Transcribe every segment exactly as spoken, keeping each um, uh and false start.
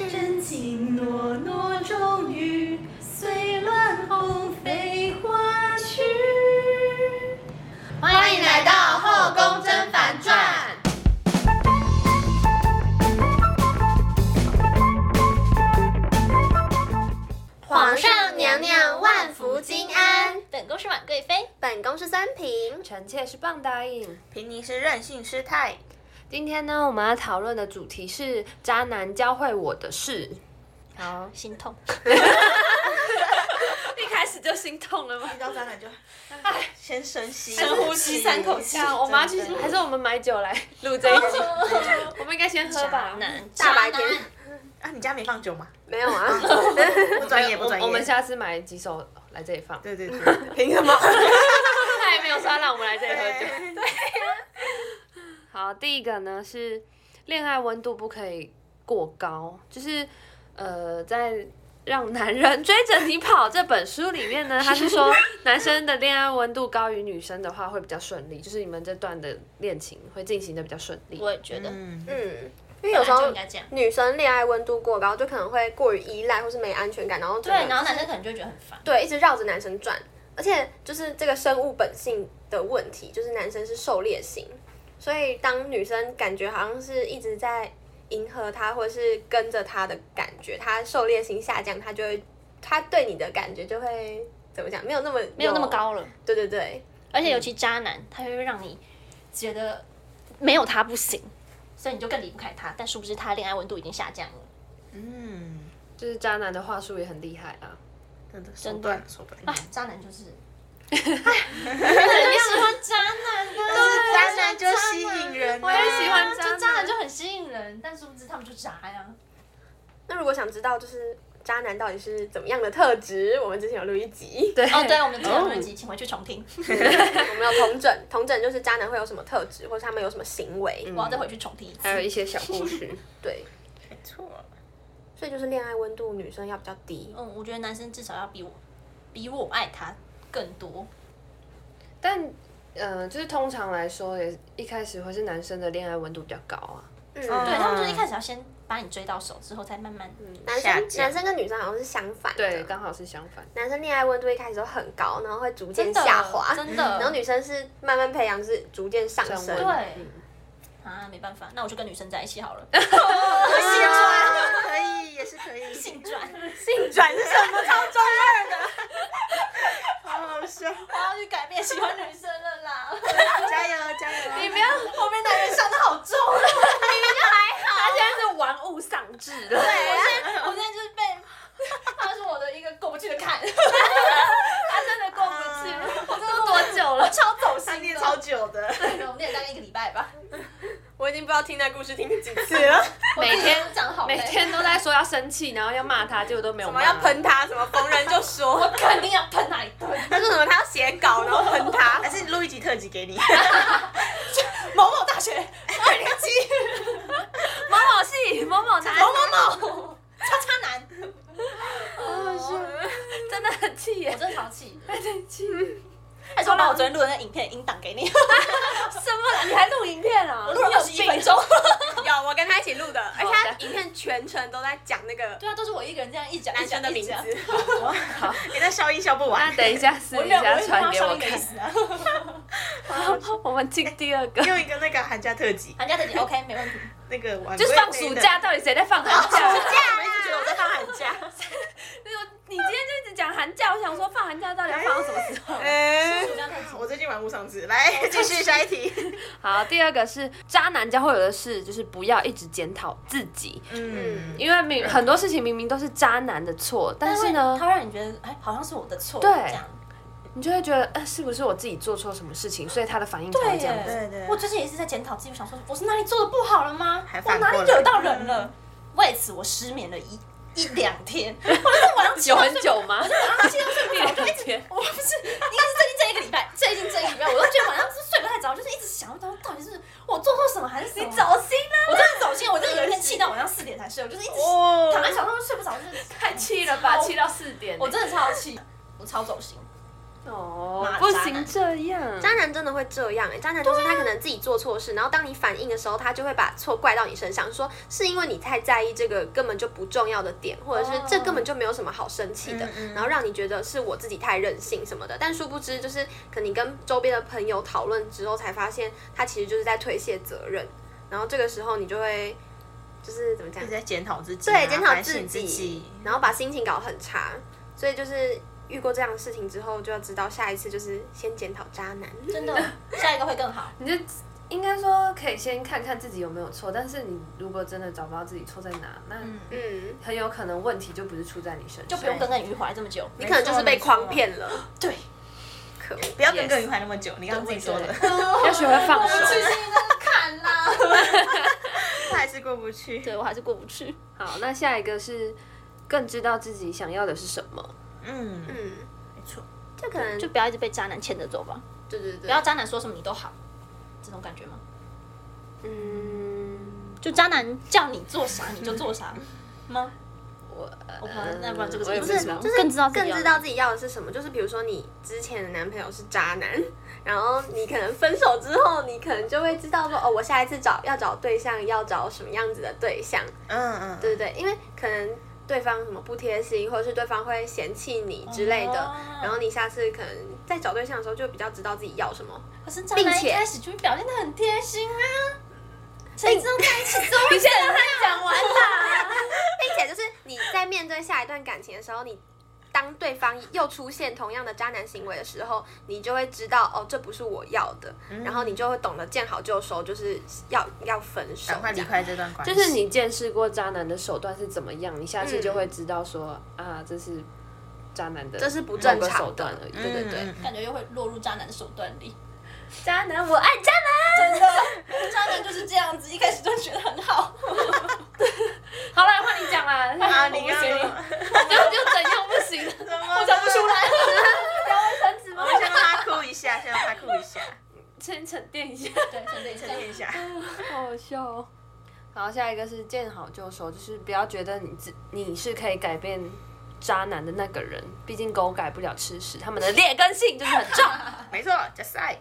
真情诺诺终于随乱红飞花去。 欢迎来到《后宫甄嬛传》。皇上娘娘万福金安。 本宫是婉贵妃， 本宫是三嫔， 臣妾是棒答应。 平宁是任性失态。 今天呢，我们要讨论的主题是渣男教会我的事。 好，心痛。 一开始就心痛了吗？ 遇到渣男就，哎，先深吸， 深呼吸三口气。 我们要去，还是我们买酒来录这一集？我们应该先喝吧。 男大白天。 啊，你家没放酒吗？ 没有啊， 不专业，不专业。 我们下次买几手来这里放。 对对对， 凭什么？ 他也没有说让我们来这里喝酒。对呀。好，第一个呢是恋爱温度不可以过高，就是呃，在《让男人追着你跑》这本书里面呢，他是说男生的恋爱温度高于女生的话会比较顺利，就是你们这段的恋情会进行的比较顺利。 我也觉得， 嗯， 嗯，因为有时候本来就应该这样女生恋爱温度过高，就可能会过于依赖或是没安全感，然后对，然后男生可能就会觉得很烦。 对一直绕着男生转，而且就是这个生物本性的问题，就是男生是狩猎型，所以当女生感觉好像是一直在迎合他，或者是跟着他的感觉，他狩猎心下降，他就会，他对你的感觉就会怎么讲，没有那么没有那么高了。 对对对， 而且尤其渣男，他会让你觉得没有他不行，所以你就更离不开他。但殊不知他的恋爱温度已经下降了。 嗯， 就是渣男的话术也很厉害啊。 真的， 真的手段手段。 啊，渣男就是，哎，很喜欢渣男的， 对，渣男就吸引人。 我也喜欢渣男， 就渣男就很吸引人，但殊不知他们就渣呀。 那如果想知道就是渣男到底是怎么样的特质，我们之前有录一集， 对哦，对，我们之前有一集，请回去重听。 我们有同整，同整就是渣男会有什么特质，或者他们有什么行为， 我要再回去重听一次。 还有一些小故事。 对， 没错。 所以就是恋爱温度女生要比较低。 嗯，我觉得男生至少要比我比我爱他更多。 但呃，就是通常来说，也一开始会是男生的恋爱温度比较高啊。 嗯， 对他们就是一开始要先把你追到手，之后再慢慢。 男生男生跟女生好像是相反的， 对，刚好是相反。 男生恋爱温度一开始都很高，然后会逐渐真的下滑， 真的然后女生是慢慢培养，就是逐渐上升。 升温对。啊，没办法，那我就跟女生在一起好了。 可以转，可以，也是可以。 性转， 性转是什么？超中二的。 好好笑。 我要去改变喜欢女生了啦！ 加油加油！ 你不要， 后面男人伤的好重啊！ 他现在是玩物丧志了。 对，我现在我现在就是被，他是我的一个过不去的坎。 他真的过不去了。 我真的多久了？ 超走他心的。 念超久的。 对，我们练了大概一个礼拜吧。 我已经不知道听那故事听几次了。 每天讲得好累每天都在说要生气，然后要骂他，结果都没有骂。 什么要喷他，什么逢人就说， 我肯定要喷他一顿。 他说什么他要写稿，然后喷他， 还是录一集特辑给你。 某某大学二年级， 某某系某某男某某某，叉叉男。 真的很气耶， 我真的超气， 很气。 还是我把我昨天录的那影片音档给你。 什么？你还录影片啊？ 我录了二十一分钟。 有我跟他一起录的，而且他影片全程都在讲那个对啊，都是我一个人这样一讲男生的名字。 好，你那笑音笑不完。 那等一下私底下传给我看。我们进第二个， 用一个那个寒假特辑。 寒假特辑 OK 没问题。 那个晚就是放暑假，到底谁在放寒假？ 暑假， 我一直觉得我在放寒假。 你今天就一直讲寒假，我想说放寒假到底要放到什么时候？ 嗯暑假特辑。 我最近玩物丧志，来继续下一题。 好，第二个是渣男教会我的事，就是不要一直检讨自己， 嗯， 因为明很多事情明明都是渣男的错，但是呢， 他会让你觉得哎，好像是我的错， 对这样。 你就会觉得，呃，是不是我自己做错什么事情，所以他的反应才会这样子？ 对对。 我最近也是在检讨自己，我想说我是哪里做的不好了吗？ 还我哪里反过来惹到人了？为此我失眠了一一两天，我那天晚上有很久吗？ 晚上气到睡不着，我就一直天， 我不是，应该是最近这一个礼拜，最近这一个礼拜，我都觉得晚上是睡不太着，就是一直想，到到底是我做错什么还是什么？ 你走心了， 我真的走心，我真的有一天气到晚上四点才睡，我就是一直哦躺在床上睡不着，就是太气了吧，气到四点， 我真的超气，我超走心。 哦骂， 不渣男行这样。 渣男真的会这样哎、渣男就是他可能自己做错事，然后当你反应的时候，他就会把错怪到你身上，说是因为你太在意这个根本就不重要的点，或者是这根本就没有什么好生气的，然后让你觉得是我自己太任性什么的。但殊不知，就是可能你跟周边的朋友讨论之后，才发现他其实就是在推卸责任，然后这个时候你就会就是怎么讲一直？在检讨自己啊， 对，检讨反省自自己， 然后把心情搞得很差，所以就是遇过这样的事情之后，就要知道下一次就是先检讨渣男。 真的，下一个会更好。 你就应该说可以先看看自己有没有错，但是你如果真的找不到自己错在哪，那嗯， 很有可能问题就不是出在你身上， 就不用耿耿于怀这么久。 你可能就是被诓骗了。 对， 可恶。 不要耿耿于怀那么久。你刚刚自己说的， 要学会放手。 看啦。 他还是过不去。 对我还是过不去。 好，那下一个是更知道自己想要的是什么。 嗯嗯， 没错。 这可能就不要一直被渣男牵着走吧， 对对对， 不要渣男说什么你都好，这种感觉吗？ 嗯， 就渣男叫你做啥你就做啥吗？ 我我不知道，那不然这个我也是不是， 不知道就是更知道自己要更知道自己要的是什么。就是比如说你之前的男朋友是渣男，然后你可能分手之后，你可能就会知道说，哦，我下一次找要找对象要找什么样子的对象， 嗯嗯， 对对对，因为可能对方什么不贴心，或者是对方会嫌弃你之类的， 哦然后你下次可能在找对象的时候就比较知道自己要什么。 可是渣男一并且开始就会表现的很贴心啊，谁知道在一起之后，你现在讲完啦。 并且就是你在面对下一段感情的时候，你当对方又出现同样的渣男行为的时候，你就会知道哦，这不是我要的，然后你就会懂得见好就收，就是要要分手赶快离开这段关系。 就是你见识过渣男的手段是怎么样，你下次就会知道说、啊，这是渣男的， 这是不正常的手段而已。对对对， 嗯感觉又会落入渣男的手段里。 渣男，我爱渣男。 真的，渣男就是这样子，一开始就觉得很好。 好了，换你讲啦。 啊，你刚刚就就怎样不行？ 我讲不出来。 我们先让他哭一下，先让他哭一下， 先沉淀一下。 对，沉淀一下沉。淀一下。 好好笑哦。好，下一个是见好就收，就是不要觉得你自你是可以改变渣男的那个人，毕竟狗改不了吃屎，他们的劣根性就是很重。 没错，加赛。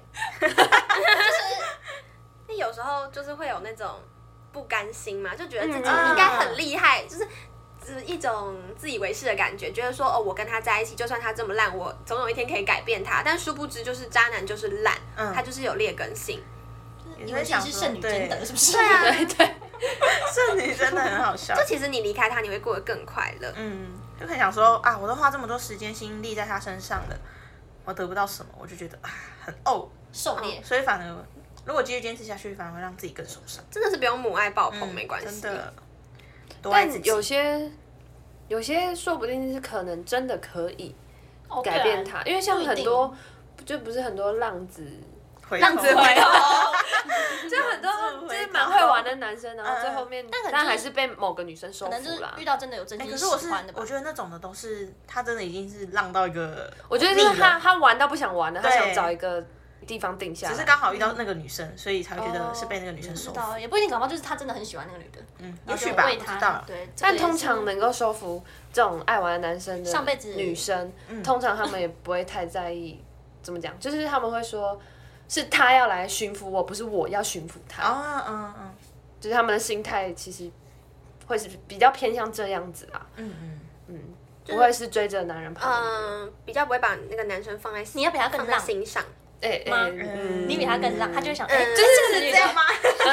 那有时候就是会有那种不甘心嘛，就觉得自己嗯应该很厉害，就是。是一种自以为是的感觉，觉得说哦，我跟他在一起，就算他这么烂，我总有一天可以改变他。但殊不知，就是渣男就是烂， 嗯他就是有劣根性。 以为自己是圣女贞德，是不是？ 对啊， 对对， 这女真的很好笑就。其实你离开他，你会过得更快乐。 嗯，就很想说啊，我都花这么多时间心力在他身上了，我得不到什么，我就觉得啊很哦， 狩猎。 所以反而如果继续坚持下去，反而会让自己更受伤。 真的是不用母爱爆棚，没关系。 真的。多爱自己。 但有些有些说不定是可能真的可以哦改变他，因为像很不多就不是很多浪子， 浪子回头， 就很多浪子回头就是蛮会玩的男生，然后最后面但可能就是但还是被某个女生收可能就是服啦遇。到真的有真哎、 心可是我是喜欢的吧我。觉得那种的都是他真的已经是浪到一个， 我觉得就是他他玩到不想玩了，他对想找一个地方定下来。 只是刚好遇到那个女生，所以才会觉得是被那个女生收服。 不知道，也不一定，搞不好就是他真的很喜欢那个女的， 嗯， 然后就也许吧， 为他不知道。 对， 但通这个也是常能够收服这种爱玩的男生的上辈子女生，通常他们也不会太在意。怎么讲？就是他们会说，是他要来驯服我，不是我要驯服他。 哦，嗯嗯就是他们的心态其实会是比较偏向这样子啦， 嗯嗯， 嗯，不会是追着男人跑的。 嗯，比较不会把那个男生放在你要比他更放在浪心上。 哎哎， 吗嗯你比他更浪，他就会想，哎， 嗯这是是这样吗？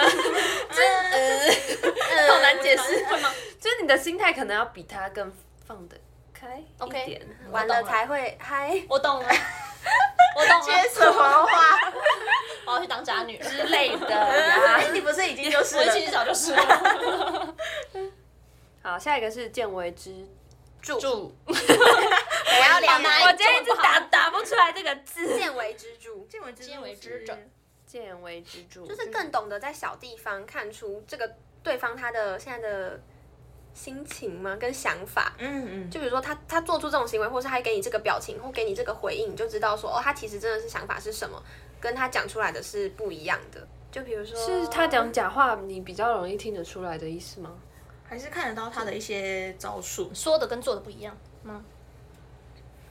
好难解释。 会吗？ 就是你的心态可能要比他更放得开一 OK 点。 完了才会嗨。 我懂了，我懂接了， 什么话？ 我要去当渣女之类的呀。 哎，你不是已经就是了？ 我其实早就是了。 好，下一个是见微知住著。 我要聊哪一我今天一直打打不出来这个字。 见微知著， 见微知见微知著见微知著， 就是更懂得在小地方看出这个对方他的现在的心情嘛，跟想法。 嗯嗯， 就比如说他他做出这种行为，或是他给你这个表情，或给你这个回应，你就知道说哦，他其实真的是想法是什么，跟他讲出来的是不一样的。就比如说， 是他讲假话，你比较容易听得出来的意思吗？ 还是看得到他的一些招数。 说的跟做的不一样吗？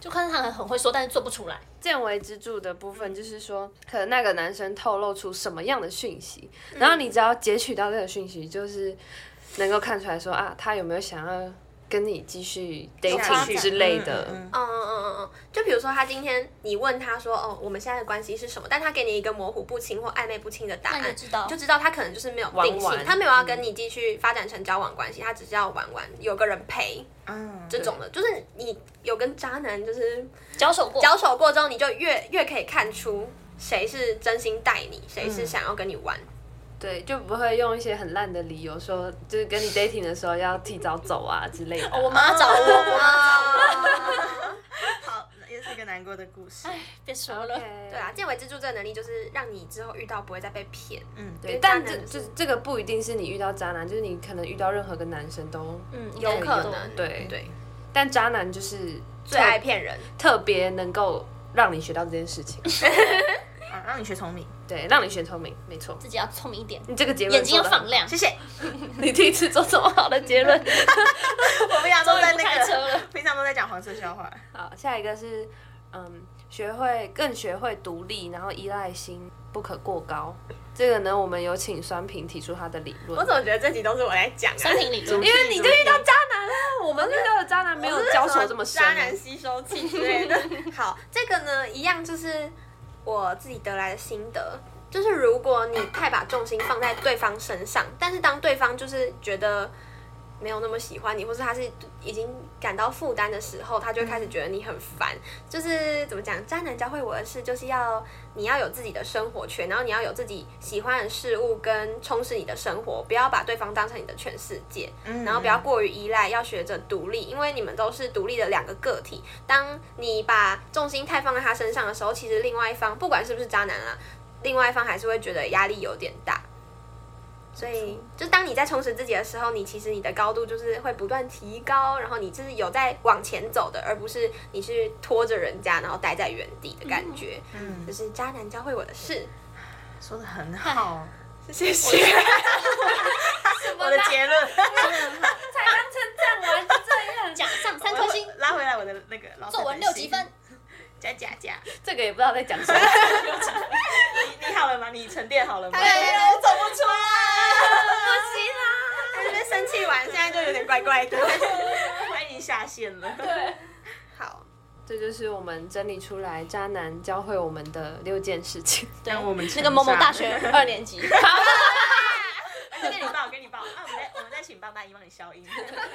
就看他很会说，但是做不出来。 见微知著的部分就是说，可能那个男生透露出什么样的讯息，然后你只要截取到这个讯息，就是能够看出来说啊，他有没有想要跟你继续 dating 之类的。 嗯嗯嗯嗯嗯，就比如说他今天你问他说，哦，我们现在的关系是什么？但他给你一个模糊不清或暧昧不清的答案， 那你就知道就知道他可能就是没有定性， 玩玩他没有要跟你继续发展成交往关系，他只是要玩玩，有个人陪。 嗯， 这种的，就是你有跟渣男就是交手过， 交手过之后，你就越越可以看出谁是真心待你，谁是想要跟你玩。 对，就不会用一些很烂的理由说，就是跟你 dating 的时候要提早走啊之类的。 哦，我妈找我，我妈好，也是一个难过的故事。 哎，别说了。 对啊，见微知著这个能力就是让你之后遇到不会再被骗。 嗯， 对，但这这这个不一定是你遇到渣男，就是你可能遇到任何个男生都嗯， 有应该都可能， 对对， 但渣男就是最爱骗人， 特别能够让你学到这件事情， 啊，让你学聪明。 对，让你学聪明，没错。 自己要聪明一点， 你这个结论眼睛要做得很放亮。 谢谢。 你第一次做这么好的结论。 我平常都在终于不那开车了个，平常都在讲黄色笑话。 好，下一个是嗯，学会更学会独立，然后依赖心不可过高。这个呢，我们有请酸平提出他的理论。 我怎么觉得这集都是我在讲啊？ 三平理论， 因为你就遇到渣男了，我们遇到的渣男没有交手这么深。 渣男吸收器之类的。好，这个呢，一样就是我自己得来的心得，就是如果你太把重心放在对方身上，但是当对方就是觉得没有那么喜欢你，或是他是已经感到负担的时候，他就会开始觉得你很烦。就是怎么讲，渣男教会我的事，就是要你要有自己的生活圈，然后你要有自己喜欢的事物跟充实你的生活，不要把对方当成你的全世界，然后不要过于依赖，要学着独立，因为你们都是独立的两个个体。当你把重心太放在他身上的时候，其实另外一方不管是不是渣男啊，另外一方还是会觉得压力有点大。所以，就当你在充实自己的时候，你其实你的高度就是会不断提高，然后你就是有在往前走的，而不是你去拖着人家，然后待在原地的感觉。嗯，这是渣男教会我的事。 说的很好， 谢谢。 我的结论。 才刚称赞完就这样， 奖上三颗星， 拉回来我的那个老作文六级分， 加加加。 这个也不知道在讲什么。 你你好了吗？你沉淀好了吗？ 对我走不出来。 不行啦，在那边生气完，现在就有点怪怪的。 欢迎下线了。 对， 好， 这就是我们整理出来渣男教会我们的六件事情。 对， 让我们那个某某大学二年级，好， 我给你报，我给你报。啊，我们再我们再请棒大一帮你消音。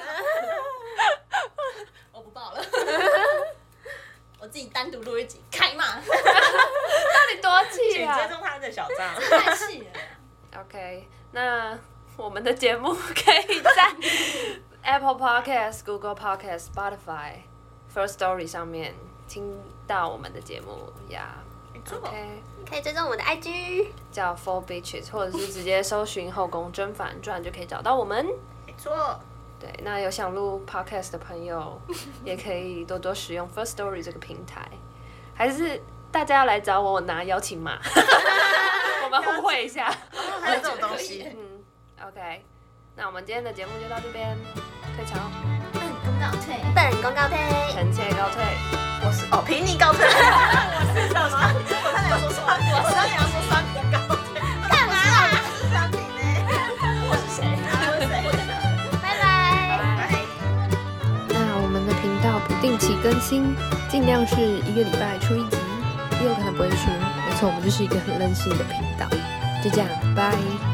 我不报了，我自己单独录一集开骂， 到底多气请啊追踪他的小账。 太气了。 ？OK，那我们的节目可以在 Apple Podcast、Google Podcast、Spotify、First Story 上面听到我们的节目呀。OK， 可以追踪我们的 I G， 叫 Four Bitches， 或者是直接搜寻《后宫甄嬛传》就可以找到我们。 没错。 对，那有想录 podcast 的朋友，也可以多多使用 First Story 这个平台，还是大家要来找我拿邀请码，我们互惠一下。 还有这种东西。 嗯 ，OK， 那我们今天的节目就到这边，退潮， 本公告退， 本公告退。 臣妾告退。 我是哦，凭你告退。我是什么？我差点要说酸，我差点要说酸平告退。 干嘛啦？ 我是酸平呢。 我是谁？ 我是谁？ 拜拜。 拜。 那我们的频道不定期更新，尽量是一个礼拜出一集，也有可能不会出。没错，我们就是一个很任性的频道。就这样，拜。